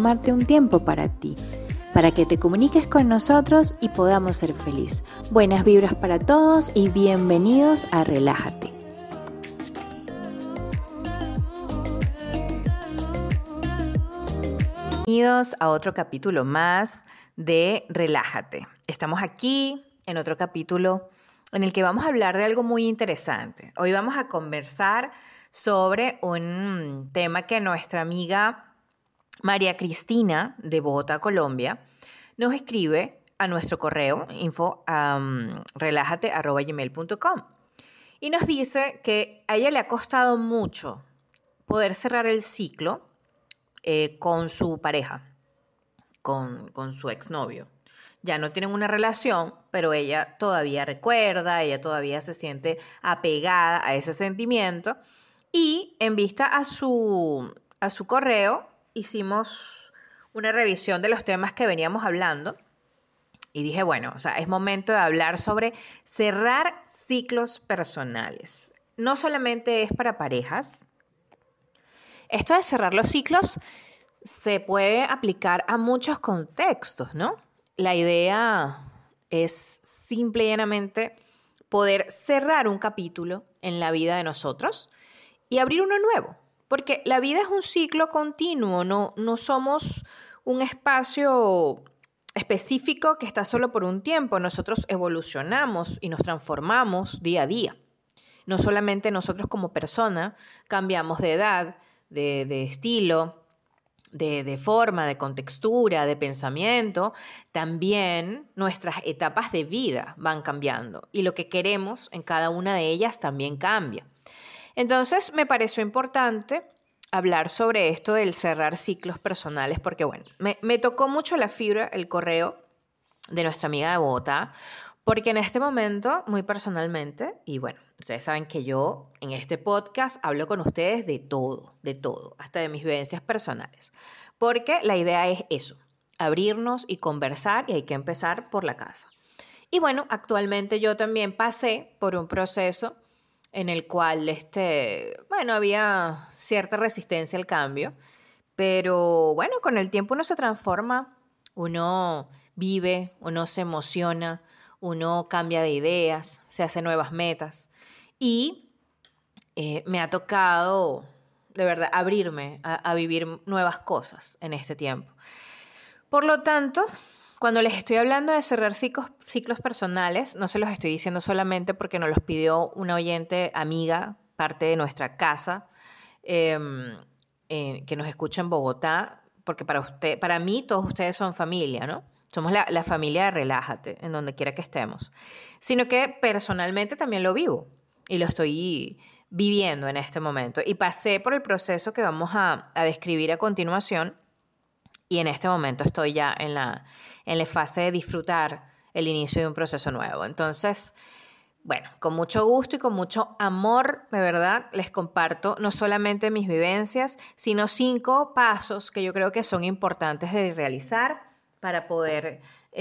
tomarte un tiempo para ti, para que te comuniques con nosotros y podamos ser feliz. Buenas vibras para todos y bienvenidos a Relájate. Bienvenidos a otro capítulo más de Relájate. Estamos aquí en otro capítulo en el que vamos a hablar de algo muy interesante. Hoy vamos a conversar sobre un tema que nuestra amiga María Cristina de Bogotá, Colombia, nos escribe a nuestro correo info@relajate@gmail.com y nos dice que a ella le ha costado mucho poder cerrar el ciclo con su pareja, con su exnovio. Ya no tienen una relación, pero ella todavía recuerda, ella todavía se siente apegada a ese sentimiento. Y en vista a su correo, hicimos una revisión de los temas que veníamos hablando. Y dije, bueno, es momento de hablar sobre cerrar ciclos personales. No solamente es para parejas. Esto de cerrar los ciclos se puede aplicar a muchos contextos, ¿no? La idea es simple y llanamente poder cerrar un capítulo en la vida de nosotros y abrir uno nuevo. Porque la vida es un ciclo continuo, no somos un espacio específico que está solo por un tiempo. Nosotros evolucionamos y nos transformamos día a día. No solamente nosotros como persona cambiamos de edad, de estilo, de forma, de contextura, de pensamiento, también nuestras etapas de vida van cambiando y lo que queremos en cada una de ellas también cambia. Entonces me pareció importante hablar sobre esto del cerrar ciclos personales porque, bueno, me tocó mucho la fibra, el correo de nuestra amiga de Bogotá, porque en este momento, muy personalmente, y bueno, ustedes saben que yo en este podcast hablo con ustedes de todo, hasta de mis vivencias personales, porque la idea es eso, abrirnos y conversar y hay que empezar por la casa. Y bueno, actualmente yo también pasé por un proceso en el cual había cierta resistencia al cambio, pero bueno, con el tiempo uno se transforma, uno vive, uno se emociona, uno cambia de ideas, se hace nuevas metas y me ha tocado, de verdad, abrirme a vivir nuevas cosas en este tiempo. Por lo tanto, cuando les estoy hablando de cerrar ciclos personales, no se los estoy diciendo solamente porque nos los pidió una oyente amiga, parte de nuestra casa, que nos escucha en Bogotá, porque para mí todos ustedes son familia, ¿no? Somos la familia de Relájate, en donde quiera que estemos. Sino que personalmente también lo vivo y lo estoy viviendo en este momento. Y pasé por el proceso que vamos a describir a continuación y en este momento estoy ya en la fase de disfrutar el inicio de un proceso nuevo. Entonces, bueno, con mucho gusto y con mucho amor, de verdad, les comparto no solamente mis vivencias, sino 5 pasos que yo creo que son importantes de realizar para poder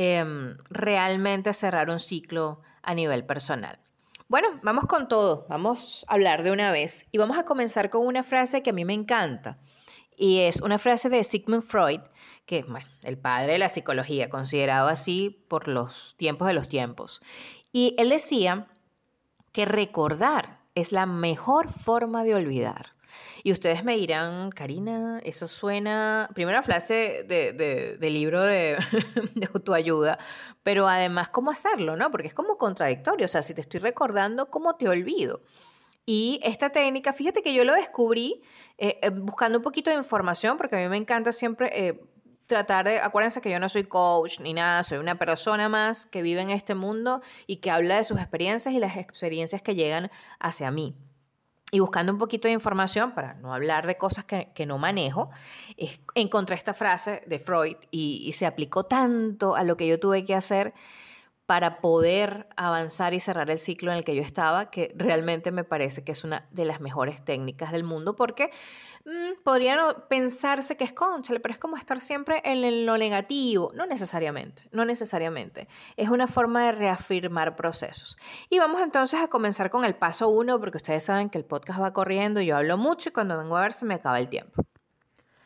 realmente cerrar un ciclo a nivel personal. Bueno, vamos con todo, vamos a hablar de una vez y vamos a comenzar con una frase que a mí me encanta y es una frase de Sigmund Freud, que es el padre de la psicología, considerado así por los tiempos de los tiempos. Y él decía que recordar es la mejor forma de olvidar. Y ustedes me dirán, Karina, eso suena, primera frase de libro de autoayuda, pero además, ¿cómo hacerlo, no? Porque es como contradictorio, si te estoy recordando, ¿cómo te olvido? Y esta técnica, fíjate que yo lo descubrí buscando un poquito de información, porque a mí me encanta siempre acuérdense que yo no soy coach ni nada, soy una persona más que vive en este mundo y que habla de sus experiencias y las experiencias que llegan hacia mí. Y buscando un poquito de información, para no hablar de cosas que no manejo, encontré esta frase de Freud y se aplicó tanto a lo que yo tuve que hacer para poder avanzar y cerrar el ciclo en el que yo estaba, que realmente me parece que es una de las mejores técnicas del mundo, porque podría pensarse que es cónchale, pero es como estar siempre en lo negativo. No necesariamente. Es una forma de reafirmar procesos. Y vamos entonces a comenzar con el paso 1, porque ustedes saben que el podcast va corriendo, yo hablo mucho y cuando vengo a ver se me acaba el tiempo.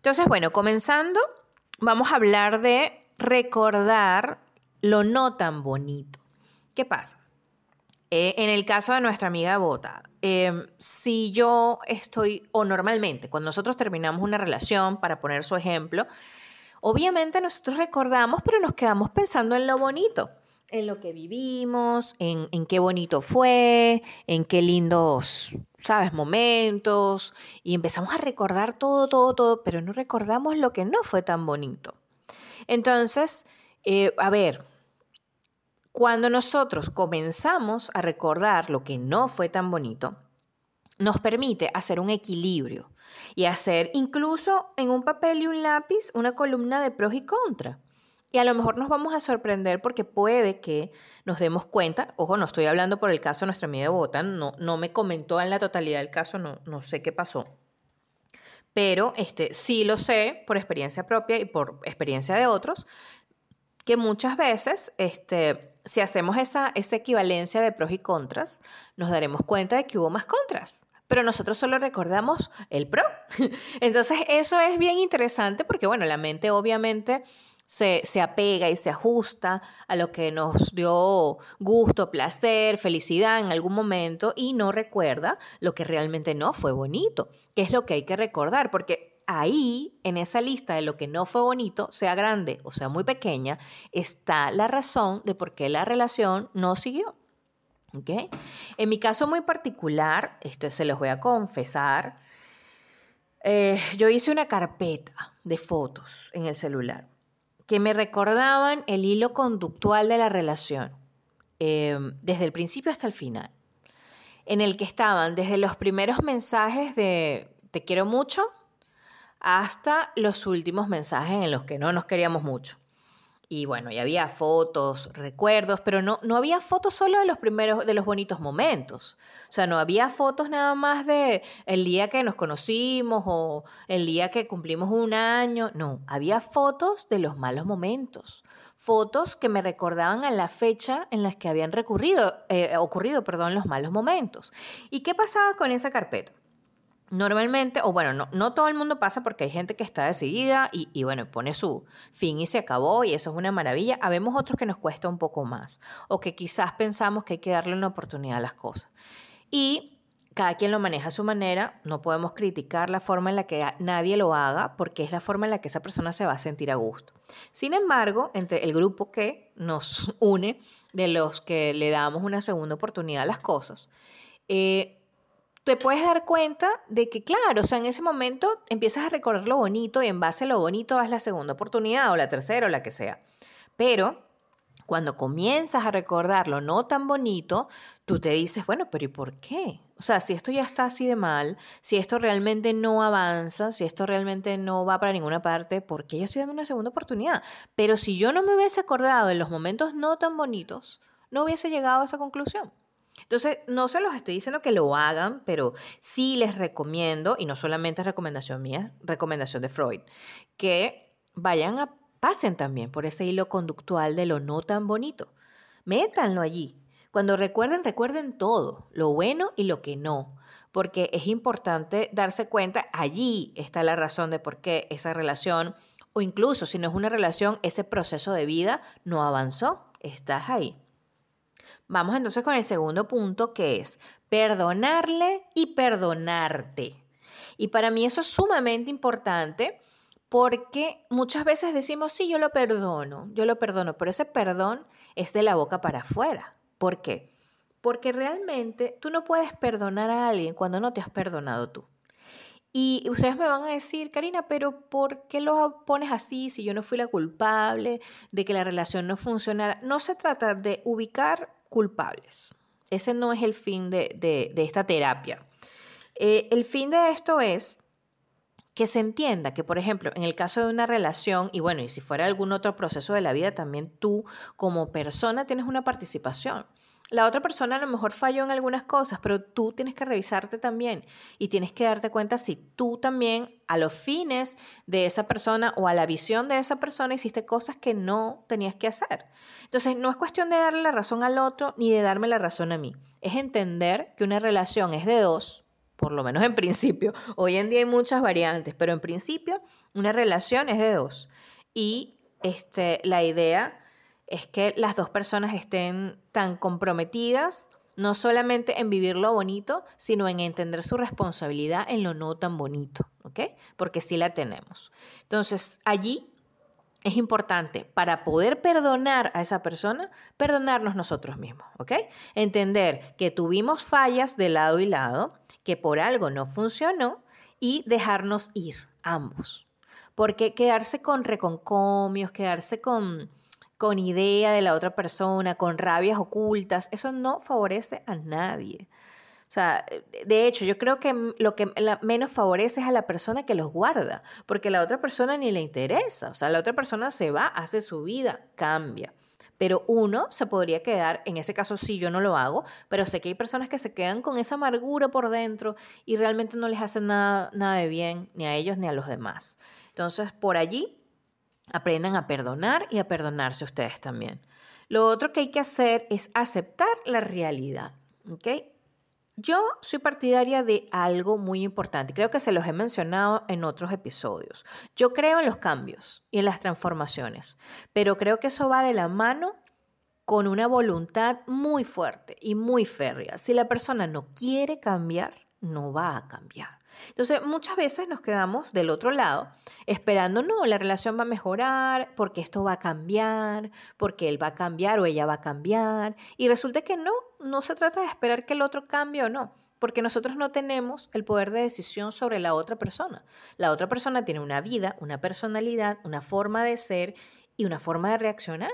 Entonces, bueno, comenzando, vamos a hablar de recordar lo no tan bonito. ¿Qué pasa? En el caso de nuestra amiga Bota, si yo estoy, o normalmente, cuando nosotros terminamos una relación, para poner su ejemplo, obviamente nosotros recordamos, pero nos quedamos pensando en lo bonito, en lo que vivimos, en qué bonito fue, en qué lindos, ¿sabes?, momentos, y empezamos a recordar todo, pero no recordamos lo que no fue tan bonito. Entonces, a ver, cuando nosotros comenzamos a recordar lo que no fue tan bonito, nos permite hacer un equilibrio y hacer incluso en un papel y un lápiz una columna de pros y contras. Y a lo mejor nos vamos a sorprender porque puede que nos demos cuenta, ojo, no estoy hablando por el caso de nuestra amiga Botan, no me comentó en la totalidad del caso, no sé qué pasó. Pero sí lo sé por experiencia propia y por experiencia de otros, que muchas veces, si hacemos esa equivalencia de pros y contras, nos daremos cuenta de que hubo más contras, pero nosotros solo recordamos el pro. Entonces, eso es bien interesante porque, bueno, la mente obviamente se apega y se ajusta a lo que nos dio gusto, placer, felicidad en algún momento y no recuerda lo que realmente no fue bonito, que es lo que hay que recordar, porque ahí, en esa lista de lo que no fue bonito, sea grande o sea muy pequeña, está la razón de por qué la relación no siguió. ¿Okay? En mi caso muy particular, se los voy a confesar, yo hice una carpeta de fotos en el celular que me recordaban el hilo conductual de la relación, desde el principio hasta el final, en el que estaban desde los primeros mensajes de te quiero mucho, hasta los últimos mensajes en los que no nos queríamos mucho. Y bueno, y había fotos, recuerdos, pero no había fotos solo de los primeros, de los bonitos momentos. O sea, no había fotos nada más de el día que nos conocimos o el día que cumplimos un año. No, había fotos de los malos momentos. Fotos que me recordaban a la fecha en las que habían ocurrido, los malos momentos. ¿Y qué pasaba con esa carpeta? Normalmente, o bueno, no todo el mundo pasa porque hay gente que está decidida y bueno, pone su fin y se acabó y eso es una maravilla. Habemos otros que nos cuesta un poco más o que quizás pensamos que hay que darle una oportunidad a las cosas. Y cada quien lo maneja a su manera, no podemos criticar la forma en la que nadie lo haga porque es la forma en la que esa persona se va a sentir a gusto. Sin embargo, entre el grupo que nos une, de los que le damos una segunda oportunidad a las cosas, te puedes dar cuenta de que, claro, o sea, en ese momento empiezas a recordar lo bonito y en base a lo bonito das la segunda oportunidad o la tercera o la que sea. Pero cuando comienzas a recordar lo no tan bonito, tú te dices, bueno, pero ¿y por qué? O sea, si esto ya está así de mal, si esto realmente no avanza, si esto realmente no va para ninguna parte, ¿por qué yo estoy dando una segunda oportunidad? Pero si yo no me hubiese acordado en los momentos no tan bonitos, no hubiese llegado a esa conclusión. Entonces, no se los estoy diciendo que lo hagan, pero sí les recomiendo, y no solamente es recomendación mía, recomendación de Freud, que pasen también por ese hilo conductual de lo no tan bonito. Métanlo allí. Cuando recuerden todo, lo bueno y lo que no, porque es importante darse cuenta, allí está la razón de por qué esa relación, o incluso si no es una relación, ese proceso de vida no avanzó. Estás ahí. Vamos entonces con el segundo punto, que es perdonarle y perdonarte. Y para mí eso es sumamente importante porque muchas veces decimos, sí, yo lo perdono, pero ese perdón es de la boca para afuera. ¿Por qué? Porque realmente tú no puedes perdonar a alguien cuando no te has perdonado tú. Y ustedes me van a decir, Karina, pero ¿por qué lo pones así si yo no fui la culpable de que la relación no funcionara? No se trata de ubicar culpables. Ese no es el fin de esta terapia. El fin de esto es que se entienda que, por ejemplo, en el caso de una relación, y bueno, y si fuera algún otro proceso de la vida, también tú como persona tienes una participación. La otra persona a lo mejor falló en algunas cosas, pero tú tienes que revisarte también y tienes que darte cuenta si tú también a los fines de esa persona o a la visión de esa persona hiciste cosas que no tenías que hacer. Entonces, no es cuestión de darle la razón al otro ni de darme la razón a mí. Es entender que una relación es de dos por lo menos en principio. Hoy en día hay muchas variantes, pero en principio una relación es de dos. Y la idea es que las dos personas estén tan comprometidas, no solamente en vivir lo bonito, sino en entender su responsabilidad en lo no tan bonito, ¿ok? Porque sí la tenemos. Entonces, allí es importante, para poder perdonar a esa persona, perdonarnos nosotros mismos, ¿ok? Entender que tuvimos fallas de lado y lado, que por algo no funcionó y dejarnos ir, ambos. Porque quedarse con reconcomios, quedarse con idea de la otra persona, con rabias ocultas, eso no favorece a nadie. O sea, de hecho, yo creo que lo que menos favorece es a la persona que los guarda, porque la otra persona ni le interesa. O sea, la otra persona se va, hace su vida, cambia. Pero uno se podría quedar, en ese caso sí, yo no lo hago, pero sé que hay personas que se quedan con esa amargura por dentro y realmente no les hace nada de bien, ni a ellos ni a los demás. Entonces, por allí, aprendan a perdonar y a perdonarse ustedes también. Lo otro que hay que hacer es aceptar la realidad, ¿ok? Yo soy partidaria de algo muy importante. Creo que se los he mencionado en otros episodios. Yo creo en los cambios y en las transformaciones, pero creo que eso va de la mano con una voluntad muy fuerte y muy férrea. Si la persona no quiere cambiar, no va a cambiar. Entonces, muchas veces nos quedamos del otro lado esperando, no, la relación va a mejorar, porque esto va a cambiar, porque él va a cambiar o ella va a cambiar. Y resulta que no se trata de esperar que el otro cambie o no, porque nosotros no tenemos el poder de decisión sobre la otra persona. La otra persona tiene una vida, una personalidad, una forma de ser y una forma de reaccionar.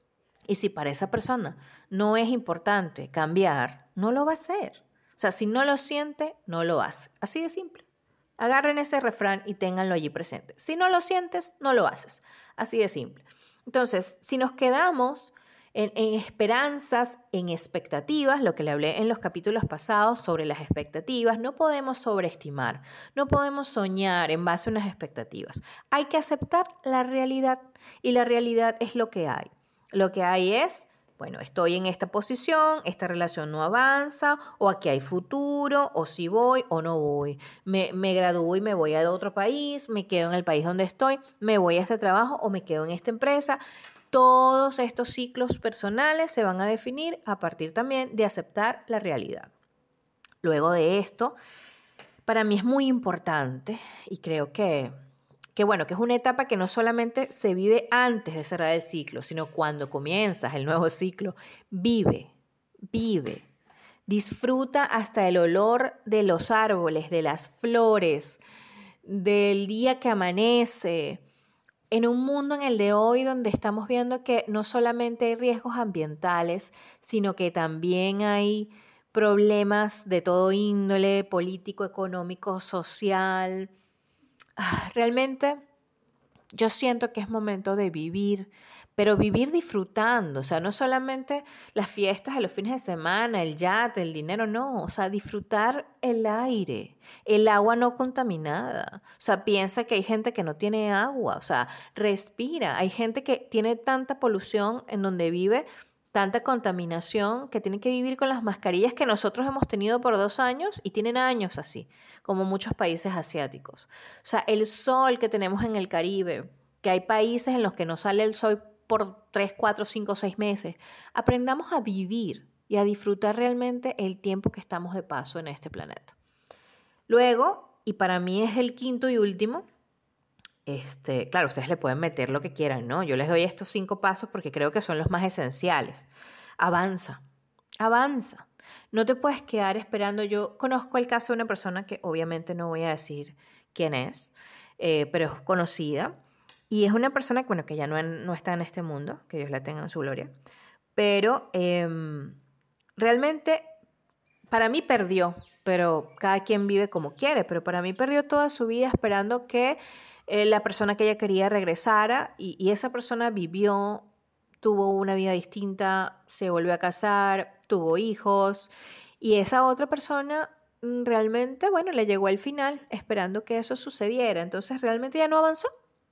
Y si para esa persona no es importante cambiar, no lo va a hacer. O sea, si no lo siente, no lo hace. Así de simple. Agarren ese refrán y ténganlo allí presente. Si no lo sientes, no lo haces. Así de simple. Entonces, si nos quedamos en esperanzas, en expectativas, lo que le hablé en los capítulos pasados sobre las expectativas, no podemos sobreestimar, no podemos soñar en base a unas expectativas. Hay que aceptar la realidad y la realidad es lo que hay. Lo que hay es, bueno, estoy en esta posición, esta relación no avanza, o aquí hay futuro, o si voy o no voy. Me gradúo y me voy a otro país, me quedo en el país donde estoy, me voy a este trabajo o me quedo en esta empresa. Todos estos ciclos personales se van a definir a partir también de aceptar la realidad. Luego de esto, para mí es muy importante y creo que es una etapa que no solamente se vive antes de cerrar el ciclo, sino cuando comienzas el nuevo ciclo. Vive, disfruta hasta el olor de los árboles, de las flores, del día que amanece. En un mundo en el de hoy donde estamos viendo que no solamente hay riesgos ambientales, sino que también hay problemas de todo índole, político, económico, social. Realmente yo siento que es momento de vivir, pero vivir disfrutando, o sea, no solamente las fiestas de los fines de semana, el yate, el dinero, no, o sea, disfrutar el aire, el agua no contaminada, o sea, piensa que hay gente que no tiene agua, o sea, respira, hay gente que tiene tanta polución en donde vive, tanta contaminación, que tienen que vivir con las mascarillas que nosotros hemos tenido por 2 años y tienen años así, como muchos países asiáticos. O sea, el sol que tenemos en el Caribe, que hay países en los que no sale el sol por 3, 4, 5, 6 meses. Aprendamos a vivir y a disfrutar realmente el tiempo que estamos de paso en este planeta. Luego, y para mí es el quinto y último, claro, ustedes le pueden meter lo que quieran, ¿no? Yo les doy estos 5 pasos porque creo que son los más esenciales. Avanza. No te puedes quedar esperando. Yo conozco el caso de una persona que obviamente no voy a decir quién es, pero es conocida. Y es una persona bueno, que ya no está en este mundo, que Dios la tenga en su gloria. Pero realmente para mí perdió, pero cada quien vive como quiere, pero para mí perdió toda su vida esperando que la persona que ella quería regresara y esa persona vivió, tuvo una vida distinta, se volvió a casar, tuvo hijos y esa otra persona realmente, bueno, le llegó al final esperando que eso sucediera. Entonces realmente ya no avanzó.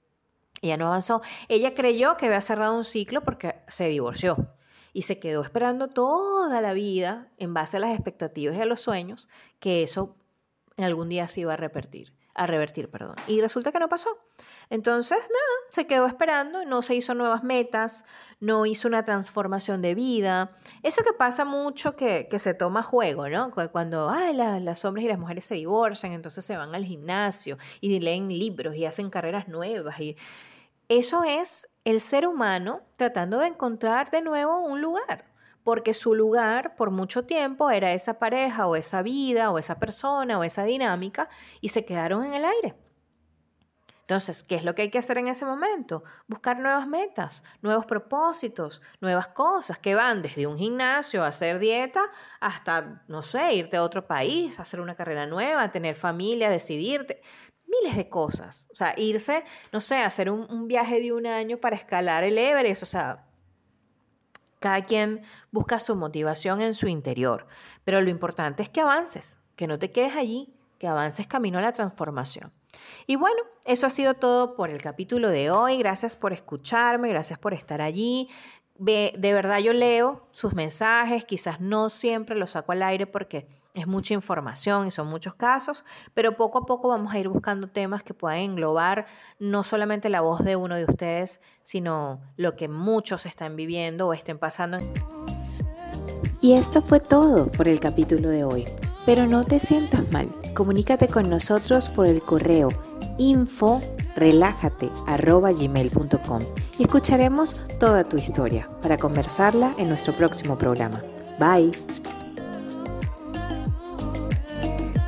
Ella creyó que había cerrado un ciclo porque se divorció y se quedó esperando toda la vida en base a las expectativas y a los sueños que eso algún día se iba a revertir. Y resulta que no pasó. Entonces, nada, se quedó esperando, no se hizo nuevas metas, no hizo una transformación de vida. Eso que pasa mucho que se toma juego, ¿no? Cuando los hombres y las mujeres se divorcian, entonces se van al gimnasio y leen libros y hacen carreras nuevas. Y eso es el ser humano tratando de encontrar de nuevo un lugar. Porque su lugar por mucho tiempo era esa pareja o esa vida o esa persona o esa dinámica y se quedaron en el aire. Entonces, ¿qué es lo que hay que hacer en ese momento? Buscar nuevas metas, nuevos propósitos, nuevas cosas que van desde un gimnasio a hacer dieta hasta, no sé, irte a otro país, hacer una carrera nueva, tener familia, decidirte, miles de cosas. O sea, irse, no sé, hacer un viaje de 1 año para escalar el Everest, o sea, cada quien busca su motivación en su interior, pero lo importante es que avances, que no te quedes allí, que avances camino a la transformación. Y bueno, eso ha sido todo por el capítulo de hoy. Gracias por escucharme, gracias por estar allí. De verdad yo leo sus mensajes, quizás no siempre los saco al aire porque es mucha información y son muchos casos, pero poco a poco vamos a ir buscando temas que puedan englobar no solamente la voz de uno de ustedes, sino lo que muchos están viviendo o estén pasando. Y esto fue todo por el capítulo de hoy. Pero no te sientas mal. Comunícate con nosotros por el correo info.relajate@gmail.com y escucharemos toda tu historia para conversarla en nuestro próximo programa. Bye.